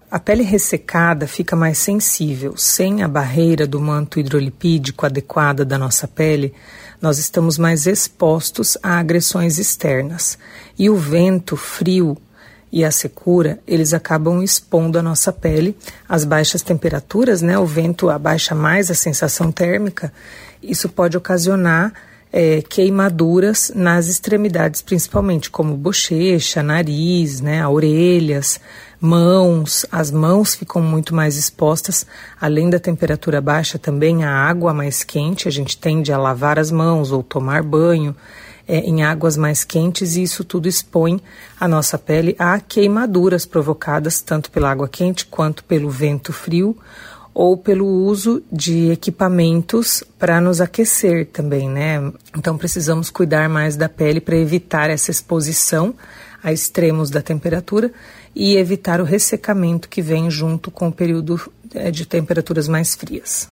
A pele ressecada fica mais sensível. Sem a barreira do manto hidrolipídico adequada da nossa pele, nós estamos mais expostos a agressões externas. E o vento frio e a secura, eles acabam expondo a nossa pele às baixas temperaturas, né? O vento abaixa mais a sensação térmica. Isso pode ocasionar queimaduras nas extremidades, principalmente, como bochecha, nariz, né? Orelhas, mãos. As mãos ficam muito mais expostas. Além da temperatura baixa, também a água mais quente. A gente tende a lavar as mãos ou tomar banho em águas mais quentes, e isso tudo expõe a nossa pele a queimaduras provocadas tanto pela água quente quanto pelo vento frio ou pelo uso de equipamentos para nos aquecer também, né? Então precisamos cuidar mais da pele para evitar essa exposição a extremos da temperatura e evitar o ressecamento que vem junto com o período de temperaturas mais frias.